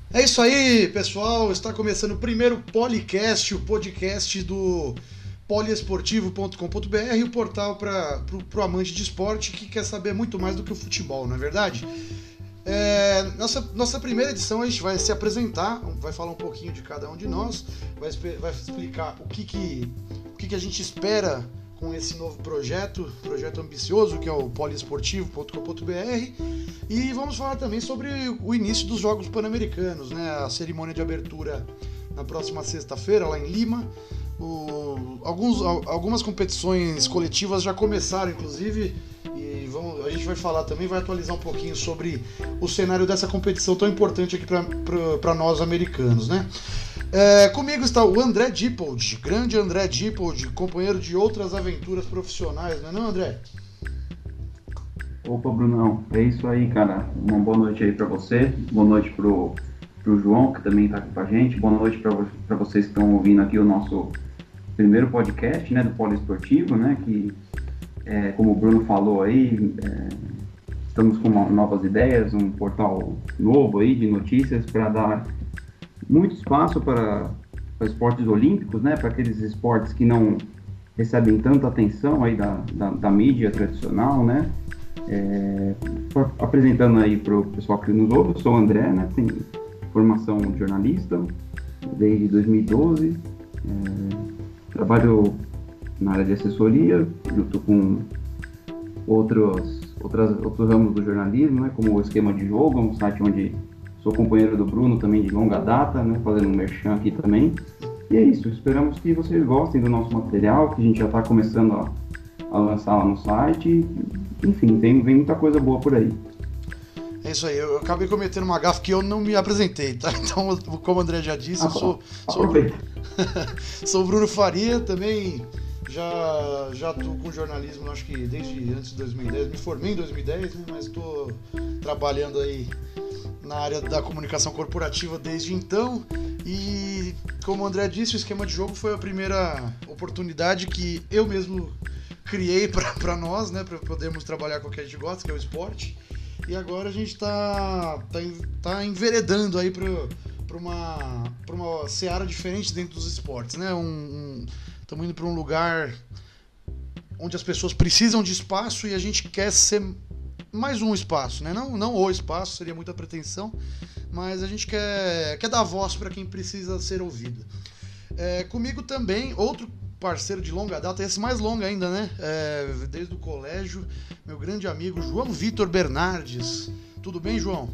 É isso aí, pessoal. Está começando o primeiro Policast, o podcast do poliesportivo.com.br, o portal para o amante de esporte que quer saber muito mais do que o futebol, não é verdade? Nossa primeira edição a gente vai se apresentar, vai falar um pouquinho de cada um de nós, vai explicar o que a gente espera com esse novo projeto ambicioso que é o poliesportivo.com.br, e vamos falar também sobre o início dos Jogos Pan-Americanos, né? A cerimônia de abertura na próxima sexta-feira lá em Lima. Algumas competições coletivas já começaram, inclusive, e a gente vai falar também, vai atualizar um pouquinho sobre o cenário dessa competição tão importante aqui para nós americanos, né? Comigo está o André Dippold, grande André Dippold, companheiro de outras aventuras profissionais, não é não, André? Opa, Brunão, é isso aí, cara. Uma boa noite aí pra você, boa noite pro João, que também tá aqui com a gente, boa noite pra vocês que estão ouvindo aqui o nosso primeiro podcast, né, do Poliesportivo, né, que, como o Bruno falou aí, estamos com novas ideias, um portal novo aí de notícias para dar muito espaço para esportes olímpicos, né, para aqueles esportes que não recebem tanta atenção aí da mídia tradicional, né. Apresentando aí para o pessoal que nos ouve, eu sou o André, né, tenho formação de jornalista desde 2012, trabalho na área de assessoria, junto com outros ramos do jornalismo, né, como o Esquema de Jogo, um site onde sou companheiro do Bruno também de longa data, né, fazendo um merchan aqui também. E é isso, esperamos que vocês gostem do nosso material, que a gente já está começando a lançar lá no site. Enfim, vem muita coisa boa por aí. É isso aí, eu acabei cometendo uma gafe que eu não me apresentei, tá? Então, como o André já disse, eu sou o Bruno Faria, também já tô com jornalismo, acho que desde antes de 2010, me formei em 2010, né? Mas estou trabalhando aí na área da comunicação corporativa desde então. E como o André disse, o Esquema de Jogo foi a primeira oportunidade que eu mesmo criei para nós, né, para podermos trabalhar com o que a gente gosta, que é o esporte. E agora a gente tá enveredando aí para uma seara diferente dentro dos esportes, né? Estamos indo para um lugar onde as pessoas precisam de espaço e a gente quer ser mais um espaço, né? Não o espaço, seria muita pretensão, mas a gente quer dar voz para quem precisa ser ouvido. Comigo também, outro parceiro de longa data, esse mais longo ainda, né? Desde o colégio, meu grande amigo João Vitor Bernardes. Tudo bem, João?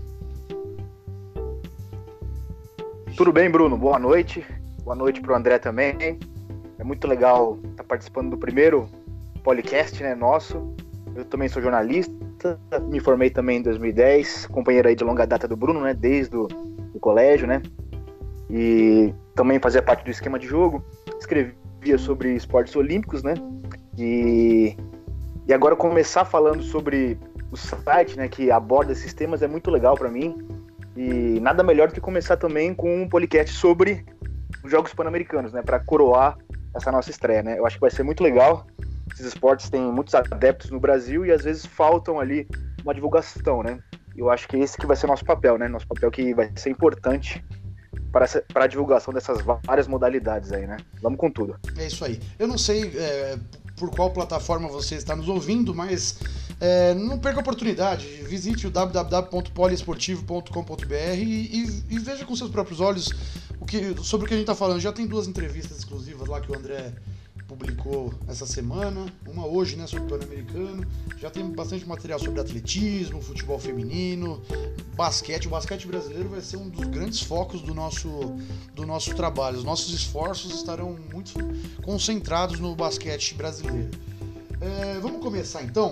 Tudo bem, Bruno? Boa noite. Boa noite pro André também. É muito legal estar participando do primeiro podcast, né, nosso. Eu também sou jornalista, me formei também em 2010, companheiro aí de longa data do Bruno, né, desde o colégio, né? E também fazia parte do Esquema de Jogo. Escrevia sobre esportes olímpicos, né? E agora começar falando sobre o site, né, que aborda esses temas é muito legal para mim. E nada melhor do que começar também com um podcast sobre os Jogos Pan-Americanos, né, para coroar essa nossa estreia, né? Eu acho que vai ser muito legal. Esses esportes têm muitos adeptos no Brasil e às vezes faltam ali uma divulgação, né? Eu acho que esse que vai ser nosso papel, né? Nosso papel que vai ser importante para a divulgação dessas várias modalidades aí, né? Vamos com tudo. É isso aí. Eu não sei por qual plataforma você está nos ouvindo, mas não perca a oportunidade. Visite o www.poliesportivo.com.br e veja com seus próprios olhos sobre o que a gente está falando. Já tem 2 entrevistas exclusivas lá que o André publicou essa semana, uma hoje, né, sobre o Pan-Americano. Já tem bastante material sobre atletismo, futebol feminino, basquete. O basquete brasileiro vai ser um dos grandes focos do nosso trabalho. Os nossos esforços estarão muito concentrados no basquete brasileiro. Vamos começar então.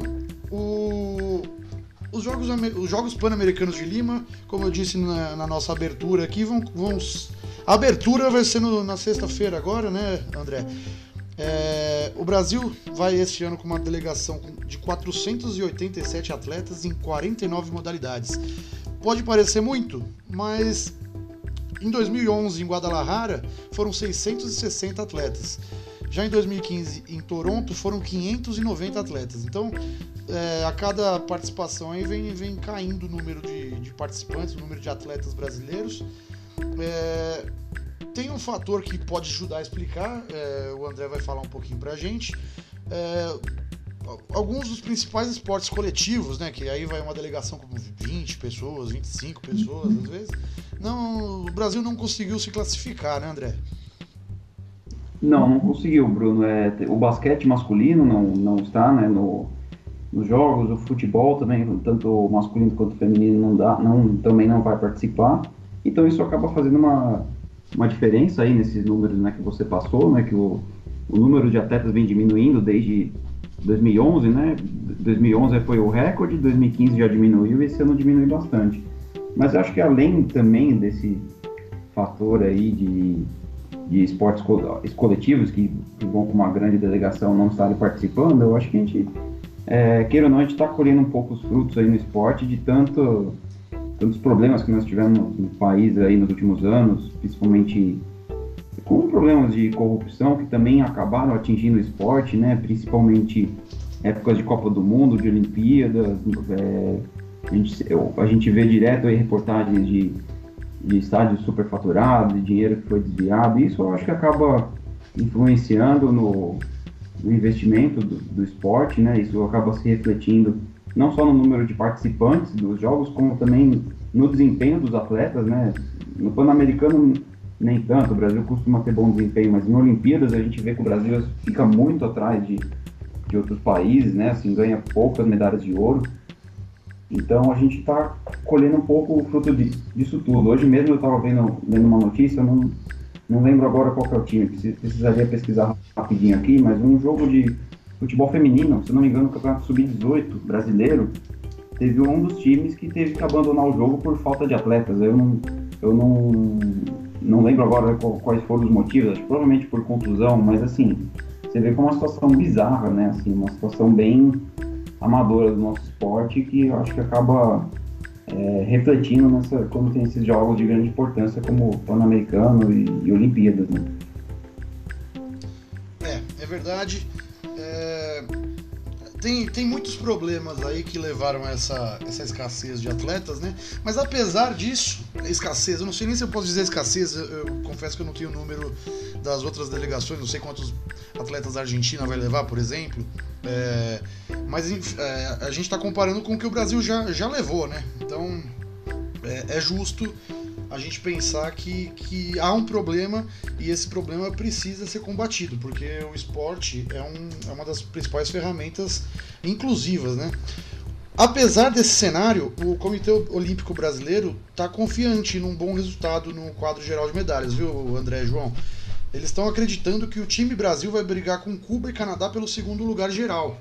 Os Jogos Pan-Americanos de Lima, como eu disse na nossa abertura aqui, a abertura vai ser na sexta-feira agora, né, André? O Brasil vai este ano com uma delegação de 487 atletas em 49 modalidades. Pode parecer muito, mas em 2011 em Guadalajara foram 660 atletas. Já em 2015, em Toronto, foram 590 atletas. Então, a cada participação aí vem caindo o número de participantes, o número de atletas brasileiros. Tem um fator que pode ajudar a explicar, o André vai falar um pouquinho pra gente. Alguns dos principais esportes coletivos, né, que aí vai uma delegação com 20 pessoas, 25 pessoas, às vezes, o Brasil não conseguiu se classificar, né, André? Não conseguiu, Bruno. O basquete masculino não está, né, nos jogos, o futebol também, tanto o masculino quanto o feminino também não vai participar. Então isso acaba fazendo uma diferença aí nesses números, né, que você passou, né, que o número de atletas vem diminuindo desde 2011, né? 2011 foi o recorde, 2015 já diminuiu e esse ano diminui bastante. Mas eu acho que além também desse fator aí de esportes coletivos que vão com uma grande delegação não estarem participando, eu acho que a gente, queira ou não, a gente está colhendo um pouco os frutos aí no esporte de tantos problemas que nós tivemos no país aí nos últimos anos, principalmente com problemas de corrupção que também acabaram atingindo o esporte, né? Principalmente épocas de Copa do Mundo, de Olimpíadas. A gente vê direto aí reportagens de estádios superfaturados, de dinheiro que foi desviado. Isso eu acho que acaba influenciando no investimento do esporte, né? Isso acaba se refletindo não só no número de participantes dos jogos, como também no desempenho dos atletas, né? No Pan-Americano nem tanto, o Brasil costuma ter bom desempenho, mas em Olimpíadas a gente vê que o Brasil fica muito atrás de outros países, né? Assim, ganha poucas medalhas de ouro. Então a gente está colhendo um pouco o fruto disso tudo. Hoje mesmo eu estava lendo uma notícia, não lembro agora qual que é o time, precisaria pesquisar rapidinho aqui, mas um jogo de futebol feminino, se não me engano, o Campeonato Sub-18 brasileiro, teve um dos times que teve que abandonar o jogo por falta de atletas. Eu não lembro agora quais foram os motivos, acho que provavelmente por contusão, mas assim, você vê como uma situação bizarra, né? Assim, uma situação bem amadora do nosso esporte que eu acho que acaba refletindo quando tem esses jogos de grande importância como o Pan-Americano e Olimpíadas, né? É verdade. Tem muitos problemas aí que levaram a essa escassez de atletas, né? Mas apesar disso, escassez, eu não sei nem se eu posso dizer escassez, eu confesso que eu não tenho o número das outras delegações, não sei quantos atletas a Argentina vai levar, por exemplo, mas a gente está comparando com o que o Brasil já levou, né? Então é justo a gente pensar que há um problema e esse problema precisa ser combatido, porque o esporte é uma das principais ferramentas inclusivas, né? Apesar desse cenário, o Comitê Olímpico Brasileiro está confiante num bom resultado no quadro geral de medalhas, viu, André e João? Eles estão acreditando que o time Brasil vai brigar com Cuba e Canadá pelo segundo lugar geral.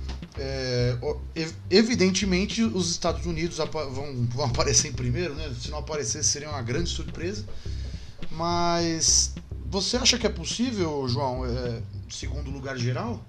Evidentemente os Estados Unidos vão aparecer em primeiro, né? Se não aparecer seria uma grande surpresa, mas você acha que é possível, João, segundo lugar geral?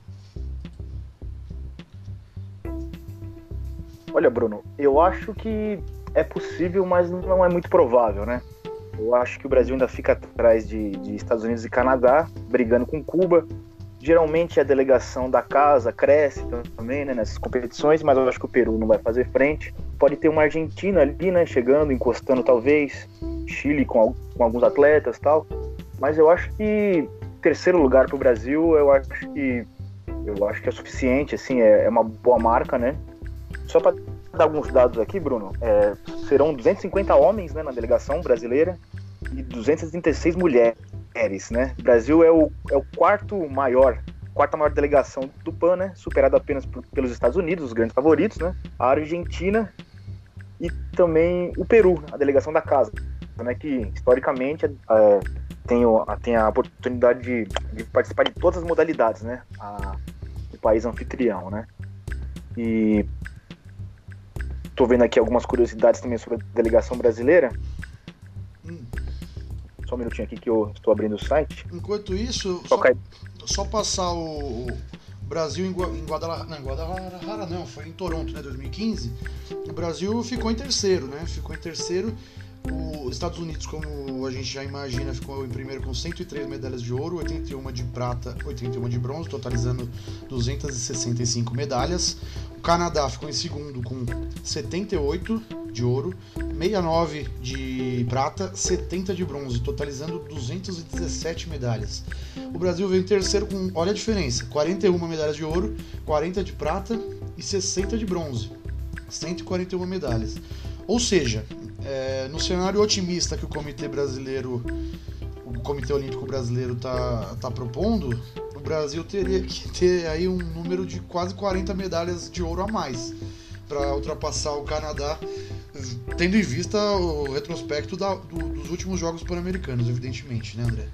Olha, Bruno, eu acho que é possível, mas não é muito provável, né? Eu acho que o Brasil ainda fica atrás de Estados Unidos e Canadá, brigando com Cuba. Geralmente a delegação da casa cresce também, né, nessas competições, mas eu acho que o Peru não vai fazer frente. Pode ter uma Argentina ali, né, chegando, encostando talvez, Chile com alguns atletas e tal. Mas eu acho que terceiro lugar para o Brasil, eu acho que é suficiente, assim, é uma boa marca, né? Só para dar alguns dados aqui, Bruno, serão 250 homens, né, na delegação brasileira e 236 mulheres, né? O Brasil é o quarta maior delegação do PAN, né? Superado apenas pelos Estados Unidos, os grandes favoritos, né? A Argentina e também o Peru, a delegação da casa, né? Que historicamente tem a oportunidade de participar de todas as modalidades, né? O país anfitrião, né? E tô vendo aqui algumas curiosidades também sobre a delegação brasileira. Só um minutinho aqui que eu estou abrindo o site. Enquanto isso, só passar o Brasil em Guadalajara. Não, em Guadalajara não, foi em Toronto, né, 2015. O Brasil ficou em terceiro, né? Ficou em terceiro Os Estados Unidos, como a gente já imagina, ficou em primeiro com 103 medalhas de ouro, 81 de prata, 81 de bronze, totalizando 265 medalhas. O Canadá ficou em segundo com 78 de ouro, 69 de prata, 70 de bronze, totalizando 217 medalhas. O Brasil veio em terceiro com, olha a diferença, 41 medalhas de ouro, 40 de prata e 60 de bronze, 141 medalhas. Ou seja, no cenário otimista que o Comitê Olímpico Brasileiro está propondo, o Brasil teria que ter aí um número de quase 40 medalhas de ouro a mais para ultrapassar o Canadá, tendo em vista o retrospecto dos últimos Jogos Pan-Americanos, evidentemente, né, André?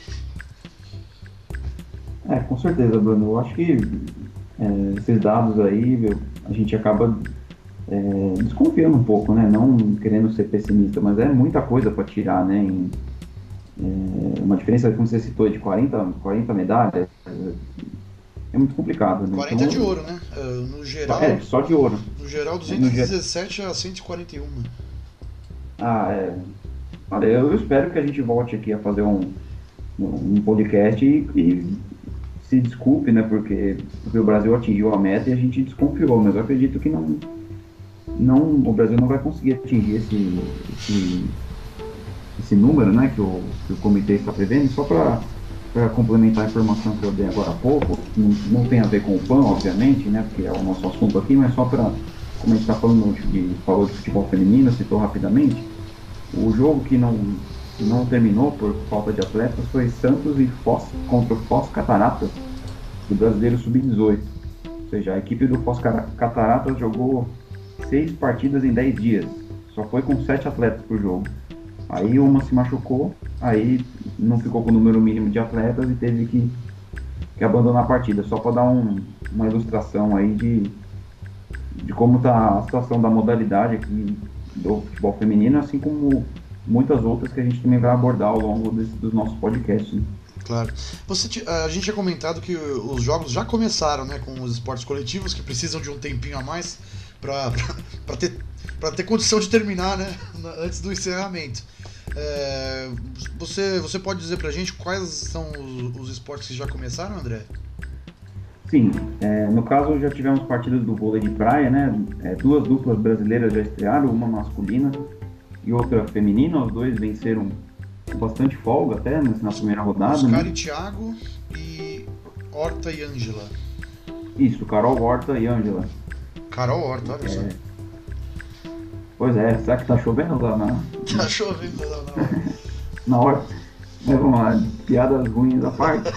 Com certeza, Bruno. Eu acho que esses dados aí, a gente acaba desconfiando um pouco, né? Não querendo ser pessimista, mas é muita coisa para tirar, né? Uma diferença, como você citou, de 40 medalhas, é muito complicado. Né? 40 então, de ouro, né? No geral. Só de ouro. No geral, 217 a 141. Olha, eu espero que a gente volte aqui a fazer um podcast e se desculpe, né? Porque o Brasil atingiu a meta e a gente desconfiou, mas eu acredito que o Brasil não vai conseguir atingir esse número, né, que o comitê está prevendo. Só para complementar a informação que eu dei agora há pouco, não tem a ver com o PAN, obviamente, né, porque é o nosso assunto aqui, mas só para, como a gente está falou de futebol feminino, citou rapidamente, o jogo que não terminou por falta de atletas foi Santos e Foz contra o Foz Cataratas, do Brasileiro Sub-18. Ou seja, a equipe do Foz Cataratas jogou 6 partidas em 10 dias, só foi com 7 atletas por jogo. Aí uma se machucou, aí não ficou com o número mínimo de atletas e teve que abandonar a partida, só para dar uma ilustração aí de como está a situação da modalidade aqui do futebol feminino, assim como muitas outras que a gente também vai abordar ao longo dos nossos podcasts. Né? Claro. A gente tinha comentado que os jogos já começaram, né, com os esportes coletivos, que precisam de um tempinho a mais para ter condição de terminar, né, antes do encerramento. Você pode dizer pra gente quais são os esportes que já começaram, André? Sim, no caso já tivemos partidas do vôlei de praia, né? 2 duplas brasileiras já estrearam, uma masculina e outra feminina. Os dois venceram com bastante folga até na primeira rodada. Oscar né? e Thiago e Horta e Ângela. Isso, Carol Horta e Ângela. Carol Horta, olha só. Pois é, será que tá chovendo lá na... Tá chovendo lá na hora. Mas vamos lá, piadas ruins à parte.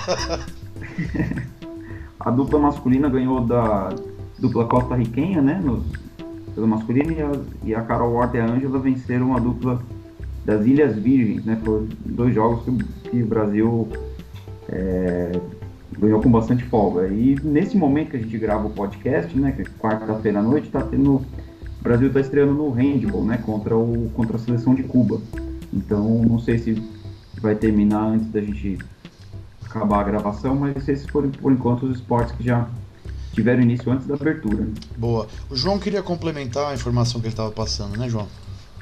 A dupla masculina ganhou da dupla costarriquenha, né? Pelo masculino, e a Carol Horta e a Ângela venceram a dupla das Ilhas Virgens, né? Foram 2 jogos que o Brasil ganhou com bastante folga. E nesse momento que a gente grava o podcast, né? Que é quarta-feira à noite, o Brasil está estreando no handball, né? Contra a seleção de Cuba. Então, não sei se vai terminar antes da gente acabar a gravação, mas esses foram, por enquanto, os esportes que já tiveram início antes da abertura. Boa. O João queria complementar a informação que ele estava passando, né, João?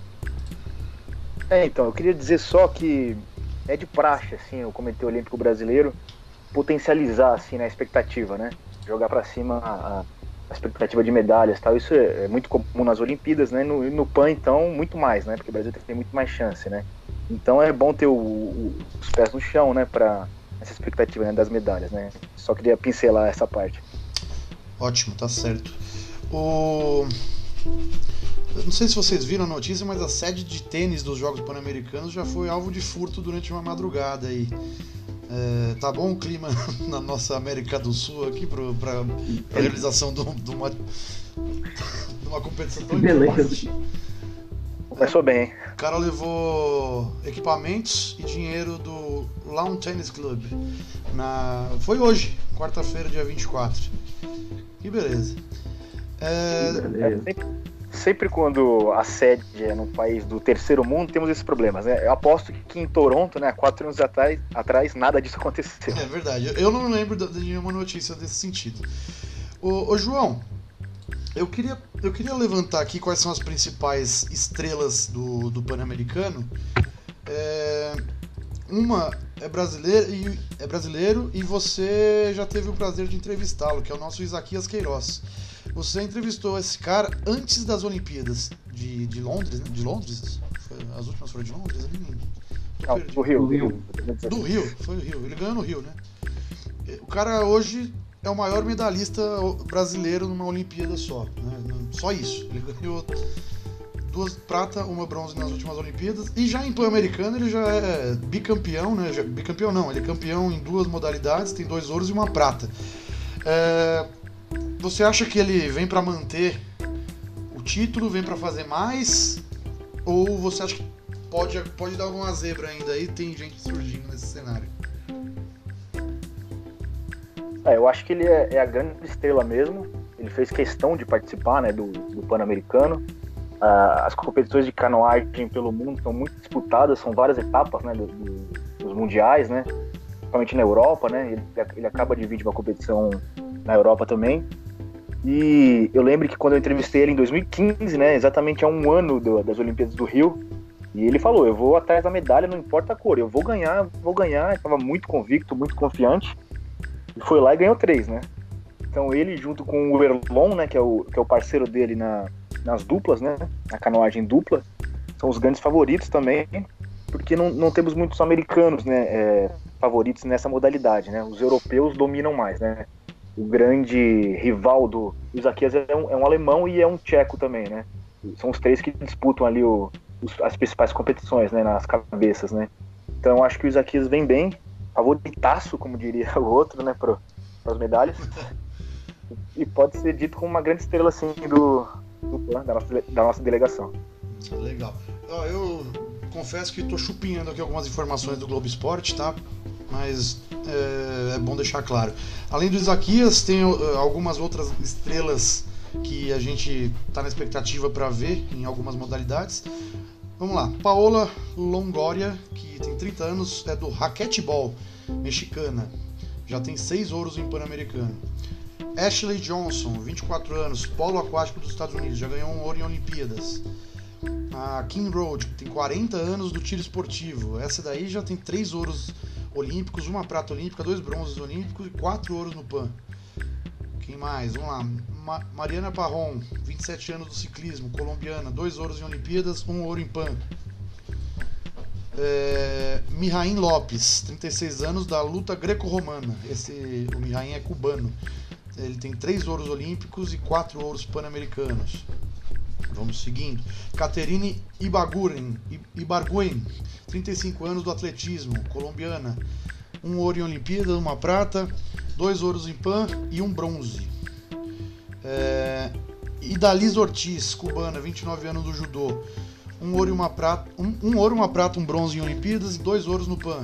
Então, eu queria dizer só que é de praxe, assim, o Comitê Olímpico Brasileiro potencializar, assim, né, a expectativa, né? Jogar para cima a expectativa de medalhas e tal. Isso é muito comum nas Olimpíadas, né? No PAN, então, muito mais, né? Porque o Brasil tem muito mais chance, né? Então é bom ter os pés no chão, né? Para essa expectativa, né, das medalhas, né? Só queria pincelar essa parte. Ótimo, tá certo. Eu não sei se vocês viram a notícia, mas a sede de tênis dos Jogos Pan-Americanos já foi alvo de furto durante uma madrugada aí. Tá bom o clima na nossa América do Sul aqui para a realização de uma competição tão importante. Começou bem. O cara levou equipamentos e dinheiro do Lawn Tennis Club. Foi hoje, quarta-feira, dia 24. Que beleza. Sempre quando a sede é num país do terceiro mundo, temos esses problemas, né? Eu aposto que em Toronto, né, há 4 anos atrás, nada disso aconteceu. É verdade. Eu não lembro de nenhuma notícia desse sentido. Ô João, Eu queria levantar aqui quais são as principais estrelas do Pan-Americano. Uma é brasileiro e você já teve o prazer de entrevistá-lo, que é o nosso Isaquias Queiroz. Você entrevistou esse cara antes das Olimpíadas de Londres, né? De Londres? As últimas foram de Londres? Do Rio. Do Rio, foi o Rio. Ele ganhou no Rio, né? O cara hoje é o maior medalhista brasileiro numa Olimpíada só, né? Só isso. Ele ganhou 2 prata, 1 bronze nas últimas Olimpíadas. E já em Pan-Americano ele já é bicampeão, né? Bicampeão não, ele é campeão em 2 modalidades, tem 2 ouros e 1 prata. Você acha que ele vem para manter o título, vem para fazer mais? Ou você acha que pode dar alguma zebra ainda aí? Tem gente surgindo nesse cenário. Eu acho que ele é a grande estrela mesmo. Ele fez questão de participar, né, do Pan-Americano. As competições de canoagem pelo mundo são muito disputadas, são várias etapas, né, dos mundiais, né, principalmente na Europa, né. Ele acaba de vir de uma competição na Europa também. E eu lembro que quando eu entrevistei ele em 2015, né, exatamente há um ano das Olimpíadas do Rio, e ele falou: eu vou atrás da medalha, não importa a cor, eu vou ganhar. Ele estava muito convicto, muito confiante, e foi lá e ganhou 3, né. Então ele, junto com o Erlon, né, que é o parceiro dele nas duplas, né, na canoagem dupla, são os grandes favoritos também, porque não temos muitos americanos, né, favoritos nessa modalidade, né. Os europeus dominam mais, né. O grande rival do Isaquias é um alemão e é um tcheco também, né. São os 3 que disputam ali as principais competições, né, nas cabeças, né. Então eu acho que o Isaquias vem bem, favoritaço, como diria o outro, né, para as medalhas, e pode ser dito como uma grande estrela, assim, da nossa delegação. Legal. Eu confesso que estou chupinhando aqui algumas informações do Globo Esporte, tá? Mas é bom deixar claro. Além do Isaquias, tem algumas outras estrelas que a gente está na expectativa para ver em algumas modalidades. Vamos lá. Paola Longoria, que tem 30 anos, é do raquetebol, mexicana. Já tem 6 ouros em Pan-Americano. Ashley Johnson, 24 anos, polo aquático dos Estados Unidos, já ganhou 1 ouro em Olimpíadas. A Kim Road, que tem 40 anos, do tiro esportivo. Essa daí já tem 3 ouros olímpicos, 1 prata olímpica, 2 bronzes olímpicos e 4 ouros no Pan. Quem mais? Vamos lá. Mariana Parron, 27 anos, do ciclismo, colombiana, 2 ouros em Olimpíadas, 1 ouro em Pan. Mihain Lopes, 36 anos, da luta greco-romana. O Mihain é cubano. Ele tem 3 ouros olímpicos e 4 ouros pan-americanos. Vamos seguindo. Caterine Ibargüen, 35 anos, do atletismo, colombiana. 1 ouro em Olimpíada, 1 prata, 2 ouros em Pan e 1 bronze. Idaliz Ortiz, cubana, 29 anos, do judô. 1 ouro e 1 prata, 1 prata, 1 bronze em Olimpíadas e 2 ouros no Pan.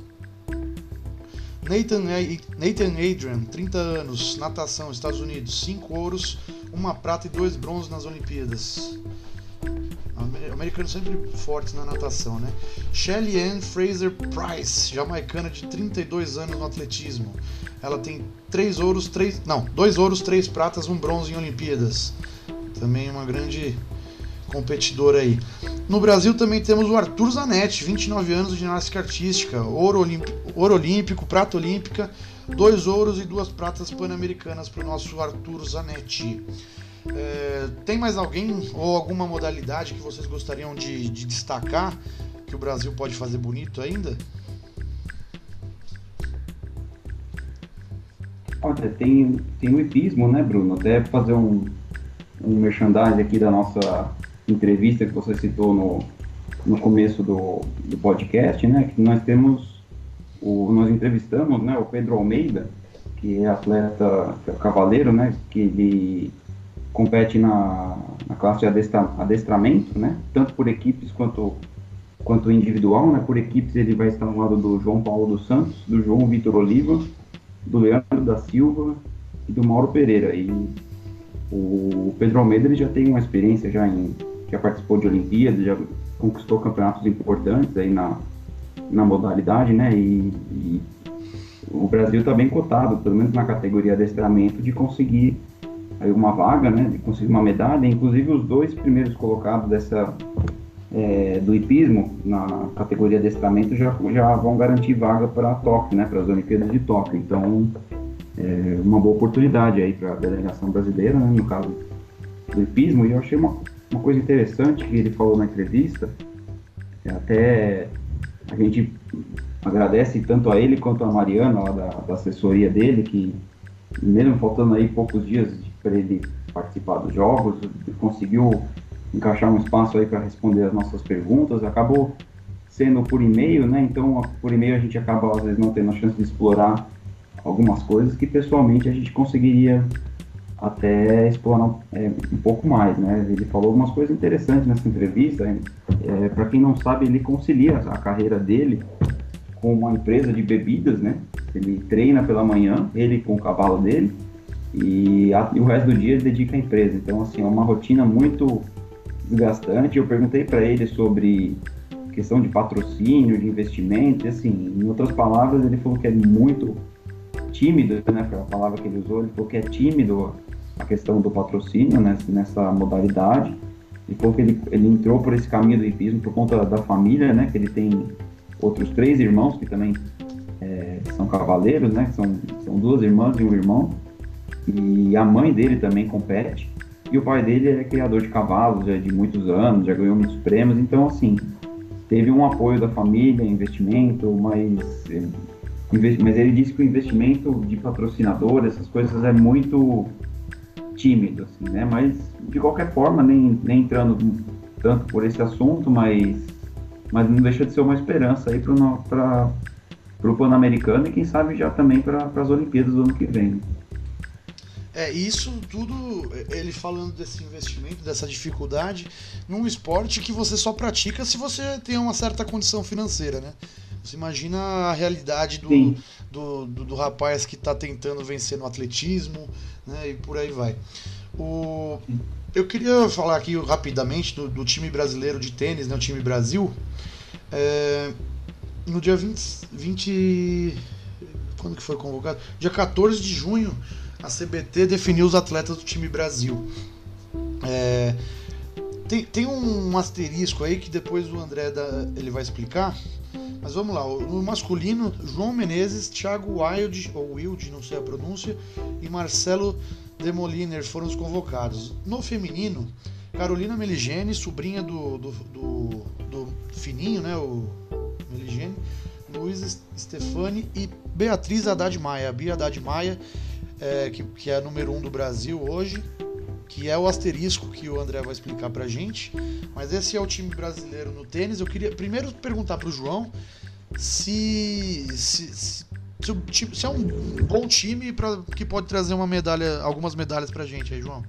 Nathan Adrian, 30 anos, natação, Estados Unidos, 5 ouros, 1 prata e 2 bronzes nas Olimpíadas. Americanos sempre fortes na natação, né? Shelly Ann Fraser Price, jamaicana, de 32 anos, no atletismo. Ela tem 2 ouros, 3 pratas, 1 bronze em Olimpíadas. Também uma grande competidora aí. No Brasil também temos o Arthur Zanetti, 29 anos, de ginástica artística, ouro olímpico, prata olímpica, 2 ouros e 2 pratas pan-americanas para o nosso Arthur Zanetti. Tem mais alguém ou alguma modalidade que vocês gostariam de destacar, que o Brasil pode fazer bonito ainda? Olha, tem o hipismo, né, Bruno? Até fazer um merchandising aqui da nossa entrevista que você citou no começo do podcast, né, que nós entrevistamos, né, o Pedro Almeida, que é atleta cavaleiro, né, que ele compete na classe de adestramento, né, tanto por equipes quanto individual, né. Por equipes ele vai estar ao lado do João Paulo dos Santos, do João Vitor Oliva, do Leandro da Silva e do Mauro Pereira. E o Pedro Almeida, ele já tem uma experiência, já participou de Olimpíadas, já conquistou campeonatos importantes aí na modalidade, né, e o Brasil está bem cotado, pelo menos na categoria adestramento, de conseguir aí uma vaga, né, de conseguir uma medalha. Inclusive os 2 primeiros colocados do hipismo na categoria adestramento já vão garantir vaga para Tóquio, né, para as Olimpíadas de Tóquio. Então, uma boa oportunidade aí para a delegação brasileira, né, no caso do hipismo. E eu achei uma coisa interessante que ele falou na entrevista, até a gente agradece tanto a ele quanto a Mariana, lá da assessoria dele, que mesmo faltando aí poucos dias para ele participar dos jogos, conseguiu encaixar um espaço aí para responder as nossas perguntas. Acabou sendo por e-mail, né? Então, por e-mail a gente acaba, às vezes, não tendo a chance de explorar algumas coisas que, pessoalmente, a gente conseguiria até explorar um pouco mais, né? Ele falou algumas coisas interessantes nessa entrevista. Para quem não sabe, ele concilia a carreira dele com uma empresa de bebidas, né? Ele treina pela manhã, ele com o cavalo dele, e o resto do dia ele dedica à empresa. Então, assim, é uma rotina muito desgastante. Eu perguntei para ele sobre questão de patrocínio, de investimento, e assim, em outras palavras, ele falou que é muito tímido, né? Foi a palavra que ele usou. Ele falou que é tímido a questão do patrocínio, né, nessa modalidade. Ele falou que ele entrou por esse caminho do hipismo por conta da família, né? Que ele tem outros 3 irmãos que também são cavaleiros, né? São 2 irmãs e um irmão. E a mãe dele também compete. E o pai dele é criador de cavalos já de muitos anos, já ganhou muitos prêmios. Então, assim, teve um apoio da família, investimento, mas ele disse que o investimento de patrocinador, essas coisas, é muito tímido, assim, né? Mas, de qualquer forma, nem entrando tanto por esse assunto, mas não deixa de ser uma esperança aí para o Pan-Americano e, quem sabe, já também para as Olimpíadas do ano que vem. Isso tudo, ele falando desse investimento, dessa dificuldade, num esporte que você só pratica se você tem uma certa condição financeira, né? Você imagina a realidade do rapaz que está tentando vencer no atletismo, né? E por aí vai. Eu queria falar aqui rapidamente do time brasileiro de tênis, né? O time Brasil. No dia 20... Quando que foi convocado? Dia 14 de junho, a CBT definiu os atletas do time Brasil. Tem um asterisco aí que depois o André ele vai explicar, mas vamos lá. No masculino, João Menezes, Thiago Wilde, não sei a pronúncia, e Marcelo Demoliner foram os convocados. No feminino, Carolina Meligeni, sobrinha do Fininho, né, o Meligeni, Luiz Stefani e Beatriz Haddad Maia. A Bia Haddad Maia, que é a número 1 do Brasil hoje, que é o asterisco que o André vai explicar pra gente. Mas esse é o time brasileiro no tênis. Eu queria primeiro perguntar pro João se é um bom time que pode trazer algumas medalhas pra gente aí, João.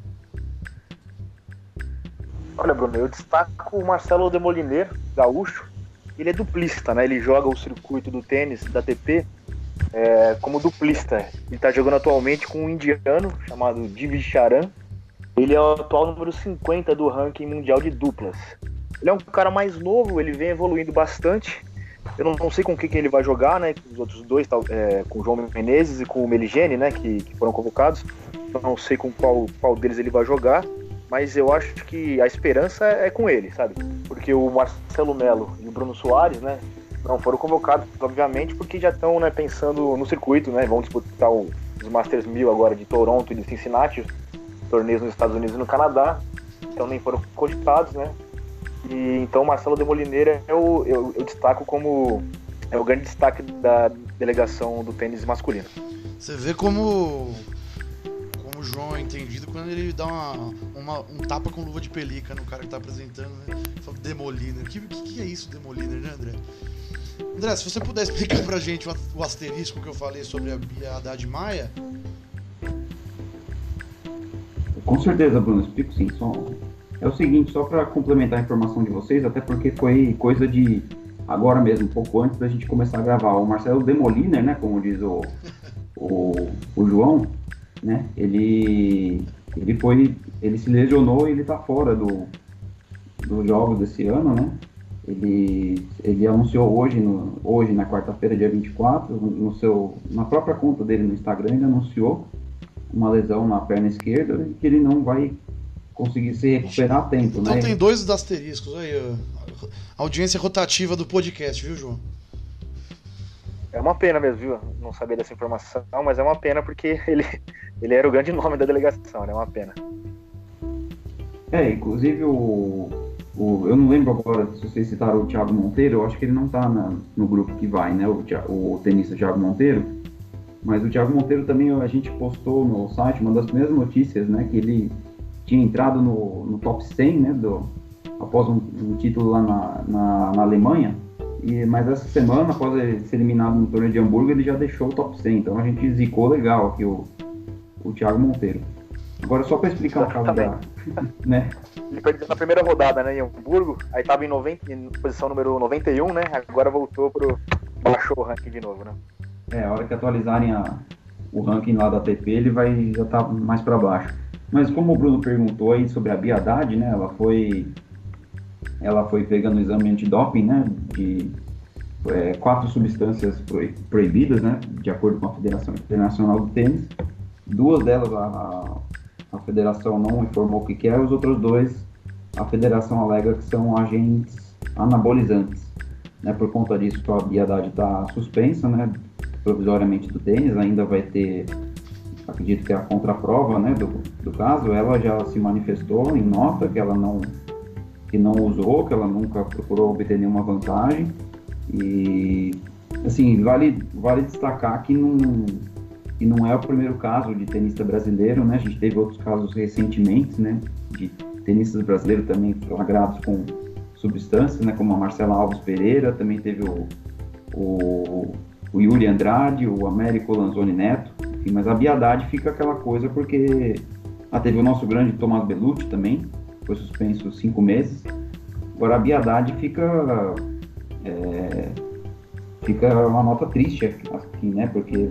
Olha, Bruno, eu destaco o Marcelo Demoliner, gaúcho. Ele é duplista, né? Ele joga o circuito do tênis da ATP como duplista. Ele está jogando atualmente com um indiano chamado Divish Charan. Ele é o atual número 50 do ranking mundial de duplas. Ele é um cara mais novo, ele vem evoluindo bastante. Eu não sei com quem que ele vai jogar, né? Os outros 2, com o João Menezes e com o Meligeni, né? Que foram convocados. Eu não sei com qual deles ele vai jogar. Mas eu acho que a esperança é com ele, sabe? Porque o Marcelo Melo e o Bruno Soares, né, não foram convocados, obviamente, porque já estão, né, pensando no circuito, né? Vão disputar os Masters 1000 agora de Toronto e de Cincinnati, torneios nos Estados Unidos e no Canadá, então nem foram cogitados, né? E então o Marcelo Demoliner eu destaco como o grande destaque da delegação do tênis masculino. Você vê como o João é entendido quando ele dá um tapa com luva de pelica no cara que tá apresentando, né? Fala Demoliner. O que é isso, Demoliner, né, André? André, se você puder explicar pra gente o asterisco que eu falei sobre a Bia Haddad Maia. Com certeza, Bruno, explico sim. É o seguinte, só para complementar a informação de vocês, até porque foi coisa de agora mesmo, um pouco antes da gente começar a gravar. O Marcelo Demoliner, né, como diz o João, né, ele se lesionou e ele tá fora dos jogos desse ano, né? Ele anunciou hoje na quarta-feira, dia 24, na própria conta dele no Instagram, ele anunciou uma lesão na perna esquerda e que ele não vai conseguir se recuperar a tempo, então né? tem 2 asteriscos aí, a audiência rotativa do podcast, viu, João? É uma pena mesmo, viu? Não saber dessa informação, mas é uma pena porque ele era o grande nome da delegação, né? É uma pena. Inclusive eu não lembro agora se vocês citaram o Thiago Monteiro, eu acho que ele não tá no grupo que vai, né? O tenista Thiago Monteiro. Mas o Thiago Monteiro também, a gente postou no site uma das primeiras notícias, né? Que ele tinha entrado no top 100, né? Após um título lá na Alemanha. Mas essa semana, após ele ser eliminado no torneio de Hamburgo, ele já deixou o top 100. Então a gente zicou legal aqui o Thiago Monteiro. Agora, só para explicar o caso da... né? Ele perdeu na primeira rodada, né, em Hamburgo, aí estava em posição número 91, né? Agora voltou baixou o ranking de novo, né? A hora que atualizarem o ranking lá da ATP, ele vai já tá mais para baixo. Mas como o Bruno perguntou aí sobre a Bia Haddad, né? Ela foi pegando o exame antidoping, né? De 4 substâncias proibidas, né? De acordo com a Federação Internacional do Tênis. 2 delas a federação não informou o que é, os outros 2 a federação alega que são agentes anabolizantes, né? Por conta disso a Bia Haddad está suspensa, né? Provisoriamente do tênis, ainda vai ter, acredito que é a contraprova, né? Do caso. Ela já se manifestou em nota que ela não usou, que ela nunca procurou obter nenhuma vantagem e assim, vale destacar que não é o primeiro caso de tenista brasileiro, né? A gente teve outros casos recentemente, né? De tenistas brasileiros também flagrados com substâncias, né? Como a Marcela Alves Pereira, também teve o Yuri Andrade, o Américo Lanzoni Neto, enfim, mas a Bia Haddad fica aquela coisa porque teve o nosso grande Tomás Bellucci também, foi suspenso 5 meses. Agora a Bia Haddad fica uma nota triste aqui, né? Porque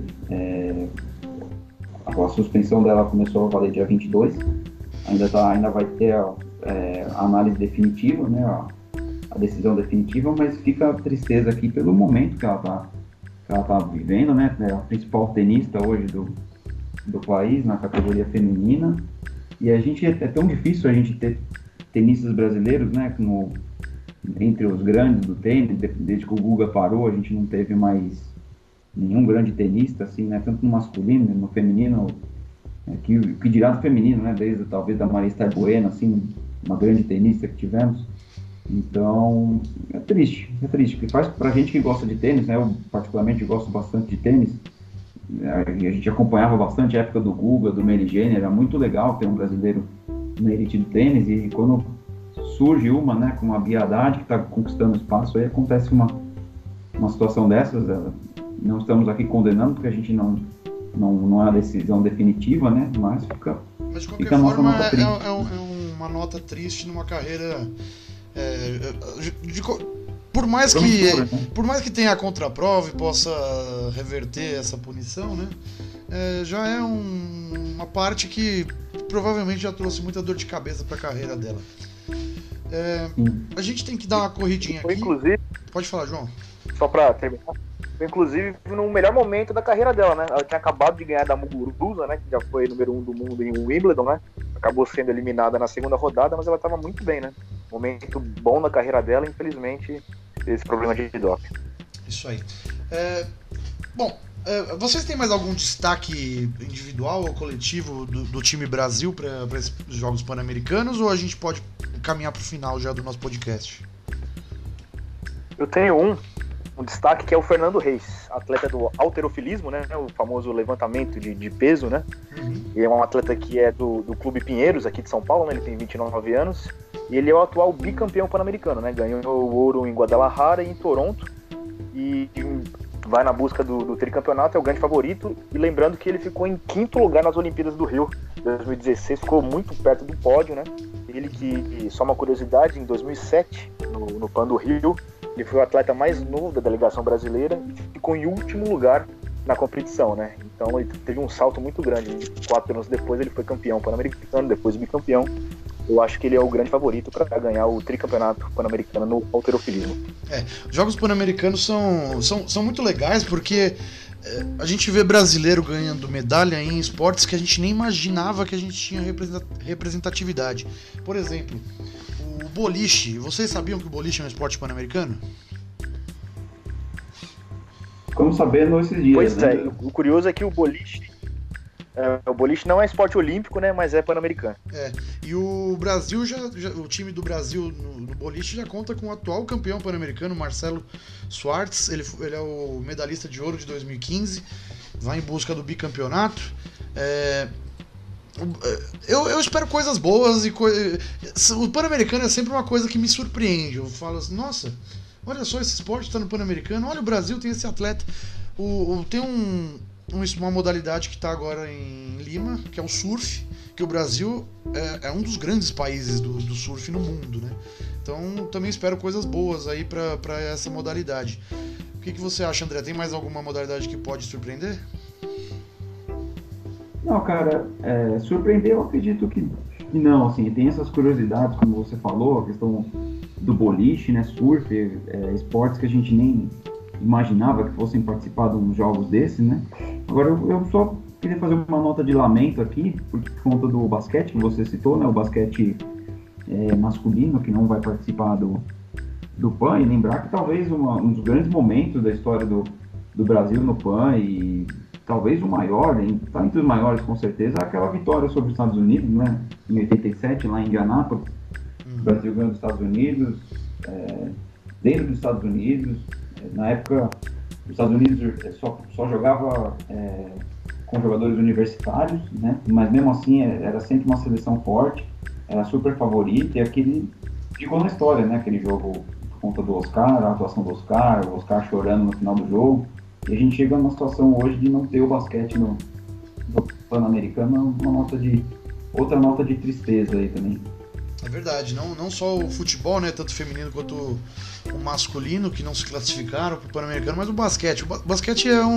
a suspensão dela começou a valer dia 22, ainda vai ter a análise definitiva, né? A decisão definitiva, mas fica a tristeza aqui pelo momento que ela tá vivendo, né? É a principal tenista hoje do país na categoria feminina, e é tão difícil a gente ter tenistas brasileiros, né? Entre os grandes do tênis, desde que o Guga parou, a gente não teve mais nenhum grande tenista, assim, né? Tanto no masculino, no feminino, que dirá do feminino, né? Desde talvez da Maria Esther Bueno, assim, uma grande tenista que tivemos. Então, é triste, porque faz pra gente que gosta de tênis, né? Eu particularmente gosto bastante de tênis, a gente acompanhava bastante a época do Guga, do Meili Gene, era muito legal ter um brasileiro na elite do tênis, e quando surge né, com a Bia Haddad que está conquistando espaço, aí acontece uma situação dessas. Não estamos aqui condenando, porque a gente não é a decisão definitiva, né, mas fica... Mas de qualquer forma é uma nota triste numa carreira... Por mais que tenha a contraprova e possa reverter essa punição, né, já é uma parte que provavelmente já trouxe muita dor de cabeça para a carreira dela. A gente tem que dar uma corridinha aqui. Inclusive, pode falar, João. Só para terminar, inclusive no melhor momento da carreira dela, né? Ela tinha acabado de ganhar da Muguruza, né? Que já foi número 1 do mundo em Wimbledon, né? Acabou sendo eliminada na segunda rodada, mas ela estava muito bem, né? Momento bom na carreira dela, infelizmente, esse problema de doping. Isso aí. Vocês têm mais algum destaque individual ou coletivo do time Brasil para esses Jogos Pan-Americanos, ou a gente pode caminhar para o final já do nosso podcast? Eu tenho um destaque que é o Fernando Reis, atleta do halterofilismo, né? O famoso levantamento de peso, né? Uhum. Ele é um atleta que é do Clube Pinheiros, aqui de São Paulo, né? Ele tem 29 anos e ele é o atual bicampeão pan-americano, né? Ganhou o ouro em Guadalajara e em Toronto e vai na busca do tricampeonato, é o grande favorito. E lembrando que ele ficou em 5º lugar nas Olimpíadas do Rio 2016, ficou muito perto do pódio, né? Ele que, só uma curiosidade, em 2007, no Pan do Rio, ele foi o atleta mais novo da delegação brasileira e ficou em último lugar na competição, né? Então ele teve um salto muito grande. 4 anos depois ele foi campeão pan-americano, depois bicampeão. Eu acho que ele é o grande favorito para ganhar o tricampeonato pan-americano no halterofilismo. Jogos pan-americanos são muito legais porque a gente vê brasileiro ganhando medalha em esportes que a gente nem imaginava que a gente tinha representatividade. Por exemplo, o boliche. Vocês sabiam que o boliche é um esporte pan-americano? Ficamos sabendo esses dias. Pois né? é, o curioso é que o boliche não é esporte olímpico, né? Mas é pan-americano. E o Brasil o time do Brasil no boliche já conta com o atual campeão pan-americano, Marcelo Schwartz. Ele é o medalhista de ouro de 2015, vai em busca do bicampeonato. Eu espero coisas boas o pan-americano é sempre uma coisa que me surpreende. Eu falo assim, nossa, olha só, esse esporte está no pan-americano, olha, o Brasil tem esse atleta. Tem uma modalidade que está agora em Lima, que é o surf, que o Brasil é um dos grandes países do surf no mundo, né? Então também espero coisas boas aí para essa modalidade. O que você acha, André? Tem mais alguma modalidade que pode surpreender? Não, cara, surpreender eu acredito que não, assim, tem essas curiosidades, como você falou, a questão do boliche, né, surf, esportes que a gente nem imaginava que fossem participar de uns jogos desses, né. Agora, eu só queria fazer uma nota de lamento aqui, por conta do basquete que você citou, né, o basquete masculino, que não vai participar do PAN, e lembrar que talvez um dos grandes momentos da história do Brasil no PAN, e talvez o maior, está entre os maiores com certeza, aquela vitória sobre os Estados Unidos, né, em 87, lá em Indianápolis. O Brasil ganhou dos Estados Unidos, dentro dos Estados Unidos. Na época, os Estados Unidos só jogava com jogadores universitários, né, mas mesmo assim era sempre uma seleção forte, era super favorita, e aquele ficou na história, né, aquele jogo por conta do Oscar, a atuação do Oscar, o Oscar chorando no final do jogo. E a gente chega numa situação hoje de não ter o basquete no Pan-Americano, outra nota de tristeza aí também. É verdade, não só o futebol, né, tanto feminino quanto o masculino, que não se classificaram para o Pan-Americano, mas o basquete. O basquete é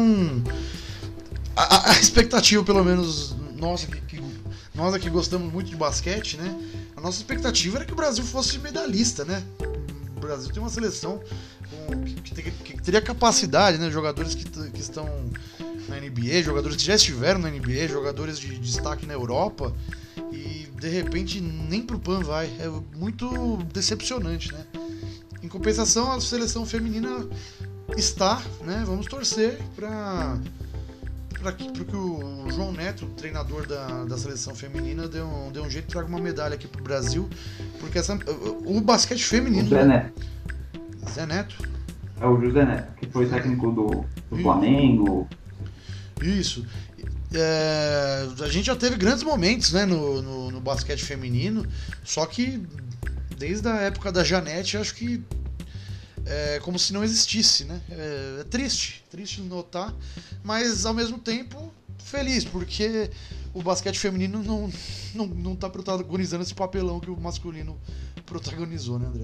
a expectativa, pelo menos, nós aqui gostamos muito de basquete, né? A nossa expectativa era que o Brasil fosse medalhista, né? O Brasil tem uma seleção que teria capacidade, né? Jogadores que estão na NBA, jogadores que já estiveram na NBA, jogadores de destaque na Europa, e de repente nem pro PAN vai. É muito decepcionante, né? Em compensação, a seleção feminina está, né? Vamos torcer para que o João Neto, treinador da seleção feminina, dê um jeito e traga uma medalha aqui pro Brasil, porque o basquete feminino... O Zé Neto. Zé Neto? É o José Neto, que foi técnico do Flamengo. Isso. A gente já teve grandes momentos, né, no basquete feminino, só que desde a época da Janete, acho que é como se não existisse, né? É triste notar, mas ao mesmo tempo feliz, porque o basquete feminino não tá protagonizando esse papelão que o masculino protagonizou, né, André?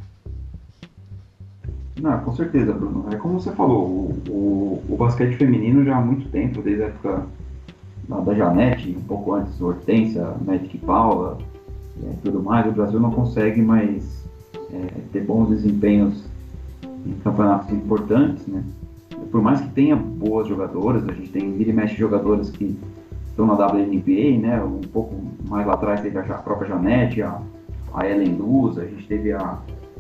Não, com certeza, Bruno. É como você falou, o basquete feminino já há muito tempo, desde a época da Janete, um pouco antes, Hortência, Magic Paula, tudo mais, o Brasil não consegue mais ter bons desempenhos em campeonatos importantes, né? Por mais que tenha boas jogadoras, a gente tem vira e mexe jogadoras que estão na WNBA, né? Um pouco mais lá atrás teve a própria Janete, a Ellen Luz, a gente teve a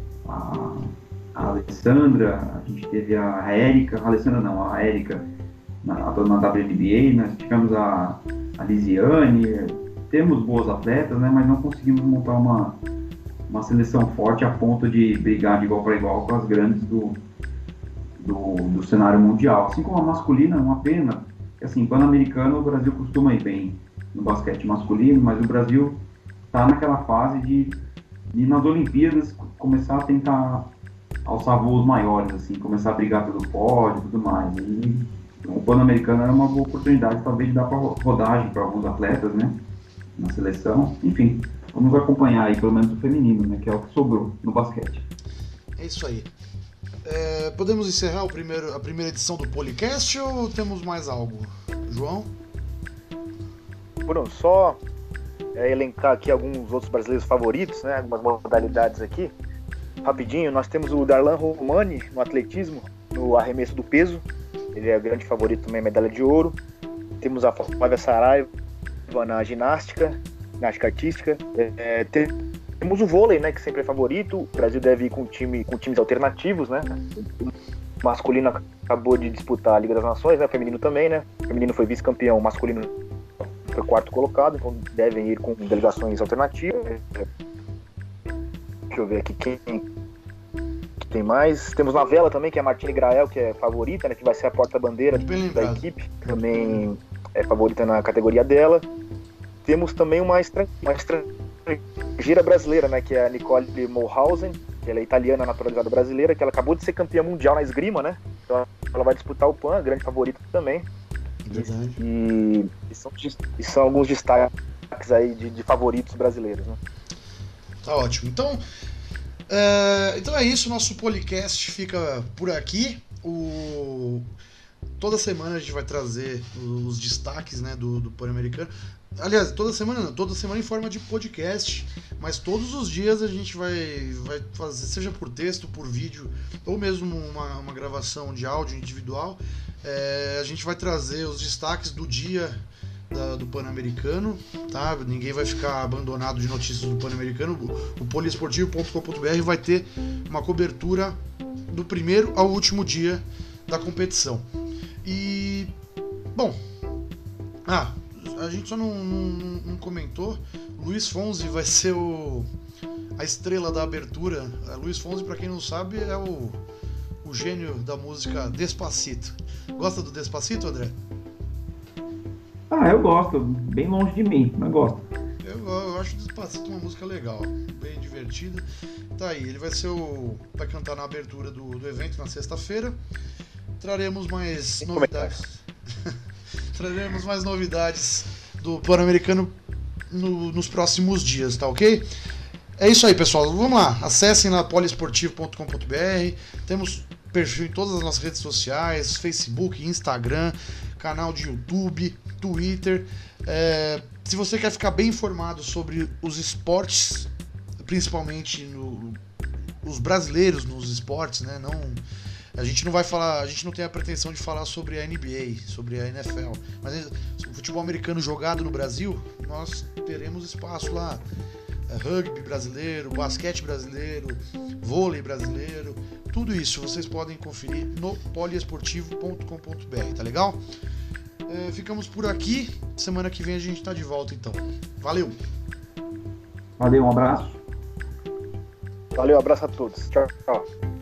Alessandra, a gente teve a Érica, a Érica na WNBA, nós tivemos a Lisiane, temos boas atletas, né, mas não conseguimos montar uma seleção forte a ponto de brigar de igual para igual com as grandes do cenário mundial. Assim como a masculina, é uma pena, assim, pan-americano o Brasil costuma ir bem no basquete masculino, mas o Brasil está naquela fase de nas Olimpíadas começar a tentar alçar voos maiores, assim, começar a brigar pelo pódio e tudo mais. E o Pan-Americano era uma boa oportunidade, talvez, de dar rodagem para alguns atletas, né, na seleção. Enfim, vamos acompanhar aí, pelo menos o feminino, né, que é o que sobrou no basquete. É isso aí. Podemos encerrar a primeira edição do Policast ou temos mais algo? João? Bruno, só elencar aqui alguns outros brasileiros favoritos, né, algumas modalidades aqui. Rapidinho, nós temos o Darlan Romani no atletismo, no arremesso do peso. ele é o grande favorito também, medalha de ouro. Temos a Flávia Saraiva na ginástica artística. Temos o vôlei, né, que sempre é favorito. O Brasil deve ir com times alternativos, né? O masculino acabou de disputar a Liga das Nações, né? O feminino também, né? O feminino foi vice-campeão, o masculino foi quarto colocado, então devem ir com delegações alternativas. Deixa eu ver aqui quem tem mais. Temos na vela também, que é a Martine Grael, que é favorita, né? Que vai ser a porta-bandeira da equipe. Também é favorita na categoria dela. Temos também uma estrangeira brasileira, né? Que é a Nicole Mulhausen, que ela é italiana naturalizada brasileira, que ela acabou de ser campeã mundial na esgrima, né? Então ela vai disputar o PAN, grande favorita também. Verdade. E são alguns destaques aí de favoritos brasileiros, né? Tá ótimo. Então é isso, nosso podcast fica por aqui. Toda semana a gente vai trazer os destaques, né, do Pan-Americano. Aliás, toda semana em forma de podcast, mas todos os dias a gente vai fazer, seja por texto, por vídeo, ou mesmo uma gravação de áudio individual. A gente vai trazer os destaques do dia do Pan-Americano, tá? Ninguém vai ficar abandonado de notícias do Pan-Americano. O poliesportivo.com.br vai ter uma cobertura do primeiro ao último dia da competição. E, bom, a gente só não comentou, Luiz Fonsi vai ser a estrela da abertura. Luiz Fonsi, pra quem não sabe, é o gênio da música Despacito. Gosta do Despacito, André? Eu gosto, bem longe de mim, mas gosto. Eu acho o Despacito uma música legal, bem divertida. Tá aí, ele vai cantar na abertura do evento na sexta-feira. Traremos mais novidades. Traremos mais novidades do Pan-Americano nos próximos dias, tá ok? É isso aí, pessoal. Vamos lá. Acessem lá poliesportivo.com.br. Temos perfil em todas as nossas redes sociais, Facebook, Instagram, canal de YouTube, Twitter. Se você quer ficar bem informado sobre os esportes, principalmente os brasileiros nos esportes, né? A gente não tem a pretensão de falar sobre a NBA, sobre a NFL, mas o futebol americano jogado no Brasil, nós teremos espaço lá. Rugby brasileiro, basquete brasileiro, vôlei brasileiro, tudo isso vocês podem conferir no poliesportivo.com.br, tá legal? Ficamos por aqui, semana que vem a gente tá de volta então. Valeu! Valeu, um abraço. Valeu, abraço a todos. Tchau, tchau.